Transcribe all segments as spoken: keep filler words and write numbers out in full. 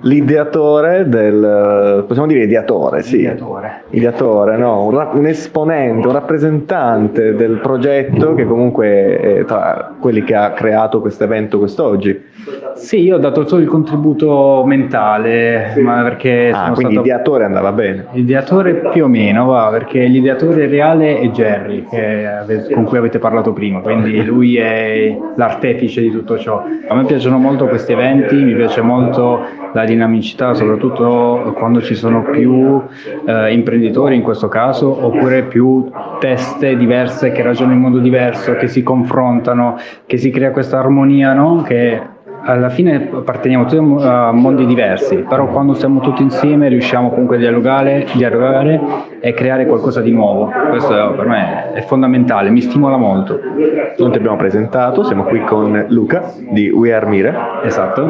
l'ideatore del, possiamo dire ideatore, sì. Ideatore. Ideatore, no, un, ra- un esponente, un rappresentante del progetto che comunque è tra quelli che ha creato questo evento quest'oggi. Sì, io ho dato solo il contributo mentale, ma perché Ah, sono quindi stato... ideatore andava bene. L'ideatore più o meno, va, perché l'ideatore reale è Jerry, che ave- con cui avete parlato prima, quindi lui è l'artefice di tutto ciò. A me piacciono molto questi eventi, mi piace molto la dinamicità, soprattutto quando ci sono più eh, imprenditori in questo caso, oppure più teste diverse che ragionano in modo diverso, che si confrontano, che si crea questa armonia, no? Che alla fine apparteniamo tutti a mondi diversi, però quando siamo tutti insieme riusciamo comunque a dialogare, dialogare e creare qualcosa di nuovo. Questo per me è fondamentale, mi stimola molto. Non ti abbiamo presentato, siamo qui con Luca di We Are Mira. Esatto.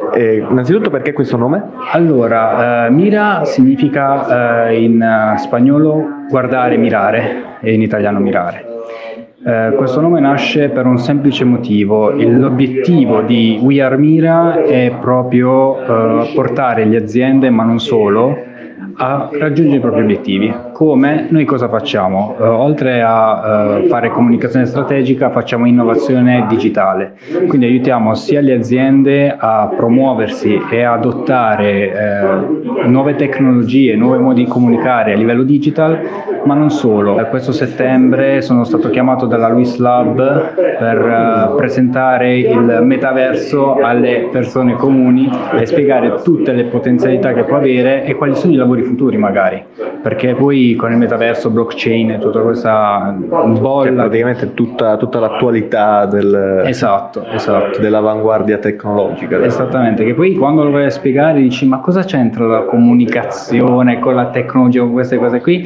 E innanzitutto perché questo nome? Allora, eh, Mira significa eh, in eh, spagnolo guardare, mirare, e in italiano mirare. Eh, questo nome nasce per un semplice motivo. L'obiettivo di We Are Mira è proprio eh, portare le aziende, ma non solo, a raggiungere i propri obiettivi. Come? Noi cosa facciamo? Uh, oltre a uh, fare comunicazione strategica, facciamo innovazione digitale, quindi aiutiamo sia le aziende a promuoversi e a adottare uh, nuove tecnologie, nuovi modi di comunicare a livello digital, ma non solo. Uh, questo settembre sono stato chiamato dalla Luis Lab per uh, presentare il metaverso alle persone comuni e spiegare tutte le potenzialità che può avere e quali sono i lavori futuri magari, perché poi con il metaverso, blockchain e tutta questa bolla, cioè, praticamente tutta, tutta l'attualità del, esatto, esatto. dell'avanguardia tecnologica. Esattamente, che poi quando lo vai a spiegare dici ma cosa c'entra la comunicazione con la tecnologia, con queste cose qui,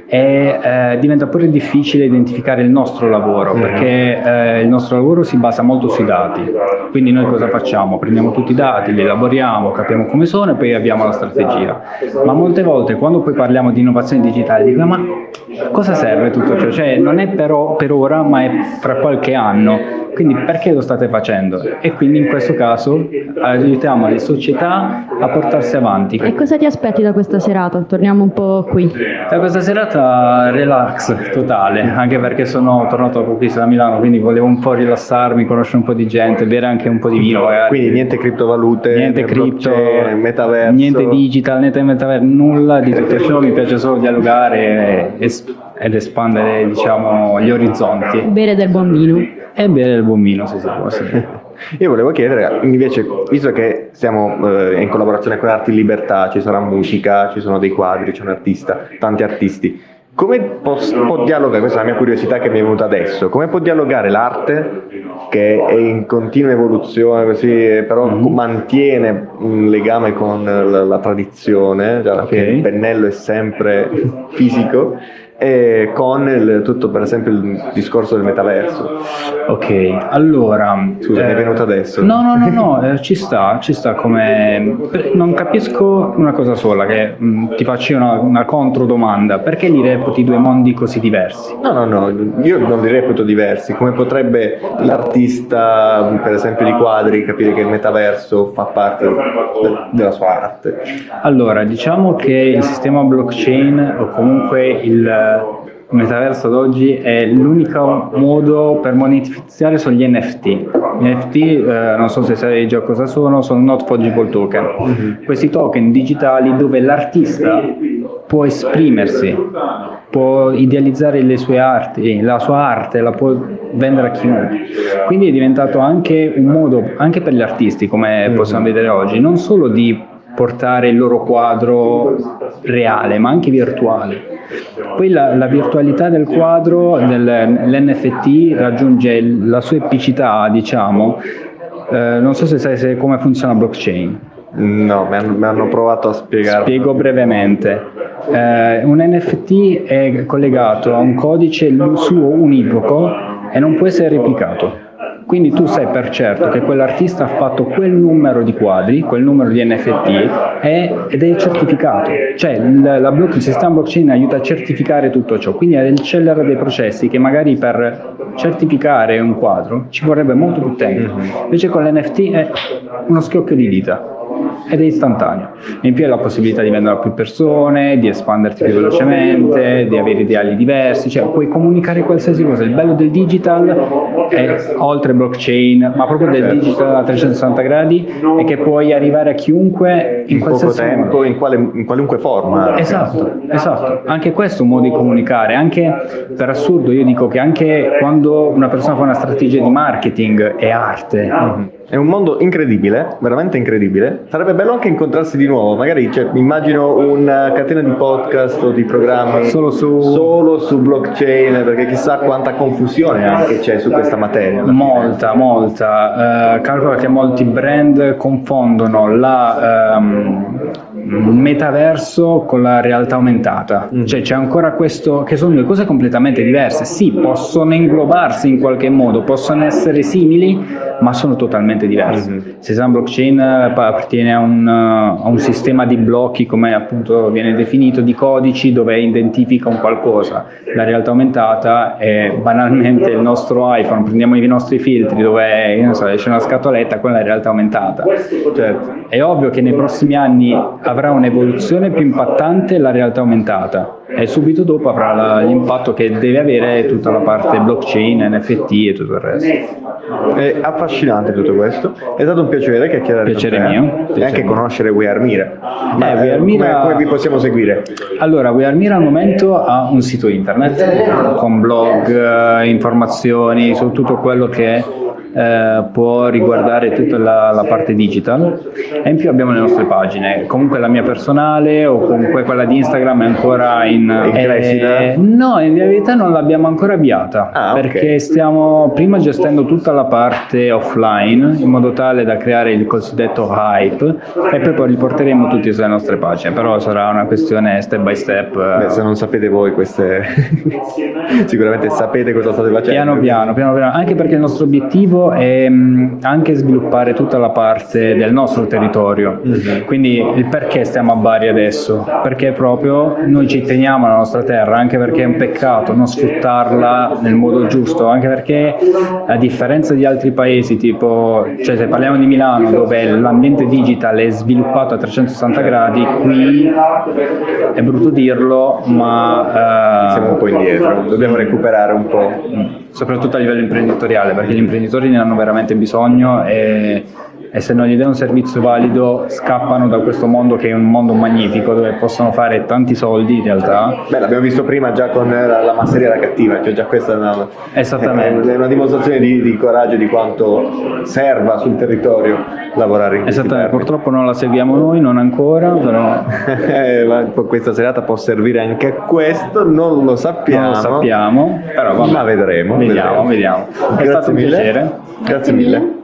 e eh, diventa pure difficile identificare il nostro lavoro, perché eh, il nostro lavoro si basa molto sui dati, quindi noi cosa facciamo? Prendiamo tutti i dati, li elaboriamo, capiamo come sono e poi abbiamo la strategia, ma molte volte quando poi parliamo di innovazione digitale dico ma cosa serve tutto ciò? Cioè non è però per ora ma è fra qualche anno, quindi perché lo state facendo? E quindi in questo caso aiutiamo le società a portarsi avanti. E cosa ti aspetti da questa serata? Torniamo un po' qui. Da questa serata relax totale, anche perché sono tornato pochissimo a Milano, quindi volevo un po' rilassarmi, conoscere un po' di gente, bere anche un po' di vino magari. Quindi niente criptovalute, niente cripto, metaverso, niente digital, niente metaverso, nulla di tutto ciò. Mi piace solo dialogare e, ed espandere, diciamo, gli orizzonti. Bere del buon vino. E bere del buon vino, se si può, sì. Io volevo chiedere, invece, visto che siamo eh, in collaborazione con Arti in Libertà, ci sarà musica, ci sono dei quadri, c'è un artista, tanti artisti, come può, può dialogare, questa è la mia curiosità che mi è venuta adesso, come può dialogare l'arte, che è in continua evoluzione, così, però mm-hmm. mantiene un legame con la, la tradizione, cioè alla fine okay. il pennello è sempre fisico, e con il, tutto per esempio il discorso del metaverso. Ok, allora scusa, eh, mi è venuto adesso. No, no, no, no, eh, ci sta, ci sta come non capisco una cosa sola, che mh, ti faccio una, una controdomanda, perché li reputi due mondi così diversi? No, no, no, io non li reputo diversi, come potrebbe l'artista, per esempio di quadri, capire che il metaverso fa parte de- della sua arte? Allora, diciamo che il sistema blockchain o comunque il Il metaverso ad oggi è l'unico modo per monetizzare sono gli N F T. Gli N F T, eh, non so se sai già cosa sono, sono not fungible token. Mm-hmm. Questi token digitali dove l'artista può esprimersi, può idealizzare le sue arti, la sua arte, la può vendere a chiunque. Quindi è diventato anche un modo, anche per gli artisti, come mm-hmm. possiamo vedere oggi, non solo di portare il loro quadro reale, ma anche virtuale. Poi la, la virtualità del quadro, dell'N F T, raggiunge la sua epicità, diciamo. Eh, non so se sai se, come funziona blockchain. No, mi hanno, mi hanno provato a spiegare. Spiego brevemente. Eh, un N F T è collegato a un codice suo univoco e non può essere replicato. Quindi tu sai per certo che quell'artista ha fatto quel numero di quadri, quel numero di N F T è, ed è certificato. Cioè la, la block, il sistema blockchain aiuta a certificare tutto ciò, quindi accelera dei processi che magari per certificare un quadro ci vorrebbe molto più tempo. Invece con l'N F T è uno schiocco di dita. ed è istantaneo. In più hai la possibilità di vendere a più persone, di espanderti più velocemente, di avere ideali diversi, cioè puoi comunicare qualsiasi cosa. Il bello del digital è, oltre blockchain, ma proprio del digital a trecentosessanta gradi, è che puoi arrivare a chiunque in, in poco qualsiasi tempo, modo. in, quale, in qualunque forma. Esatto, esatto. Anche questo è un modo di comunicare. Anche per assurdo io dico che anche quando una persona fa una strategia di marketing è arte. Mm-hmm. È un mondo incredibile, veramente incredibile. Sarebbe bello anche incontrarsi di nuovo. Magari cioè, immagino una catena di podcast o di programmi solo su, solo su blockchain, perché chissà quanta confusione anche c'è su questa materia. Molta, molta. Uh, calcola che molti brand confondono la um, metaverso con la realtà aumentata. Mm. Cioè c'è ancora questo, che sono due cose completamente diverse. Sì, possono inglobarsi in qualche modo, possono essere simili, ma sono totalmente diversi. Mm-hmm. Se Sun Blockchain appartiene a un, a un sistema di blocchi, come appunto viene definito, di codici dove identifica un qualcosa. La realtà aumentata è banalmente il nostro iPhone, prendiamo i nostri filtri dove non so, c'è una scatoletta, quella è la realtà aumentata. Certo. È ovvio che nei prossimi anni avrà un'evoluzione più impattante la realtà aumentata e subito dopo avrà la, l'impatto che deve avere tutta la parte blockchain, N F T e tutto il resto. È affascinante tutto questo, è stato un piacere chiacchierare piacere con te mio, e piacere anche mio. conoscere We Are Mira. Ma eh, We Are Mira... come, come vi possiamo seguire? Allora, We Are Mira al momento ha un sito internet con blog, eh, informazioni su tutto quello che Eh, può riguardare tutta la, la parte digital, e in più abbiamo le nostre pagine. Comunque la mia personale o comunque quella di Instagram è ancora in, in crescita? Eh, no, in verità non l'abbiamo ancora avviata, ah, perché okay. stiamo prima gestendo tutta la parte offline in modo tale da creare il cosiddetto hype e poi, poi li porteremo tutti sulle nostre pagine, però sarà una questione step by step. Beh, se non sapete voi queste sicuramente sapete cosa state facendo. Piano piano, piano piano, anche perché il nostro obiettivo è anche sviluppare tutta la parte del nostro territorio. Mm-hmm. Quindi il perché stiamo a Bari adesso? Perché proprio noi ci teniamo alla nostra terra, anche perché è un peccato non sfruttarla nel modo giusto, anche perché a differenza di altri paesi, tipo, cioè se parliamo di Milano dove l'ambiente digital è sviluppato a trecentosessanta gradi, qui è brutto dirlo, ma uh, siamo un po' indietro, dobbiamo recuperare un po'. Soprattutto a livello imprenditoriale, perché gli imprenditori ne hanno veramente bisogno e, e se non gli dai un servizio valido scappano da questo mondo che è un mondo magnifico dove possono fare tanti soldi in realtà. Beh, l'abbiamo visto prima già con la, la masseria era cattiva, cioè già questa è una, Esattamente. è una dimostrazione di, di coraggio, di quanto serva sul territorio lavorare in questi Esattamente, termini. purtroppo non la seguiamo noi, non ancora, però eh, ma questa serata può servire anche a questo, non lo sappiamo, non lo sappiamo, però vabbè. ma vedremo. Vediamo, vedremo. vediamo. È Grazie stato un mille. piacere. Grazie mille.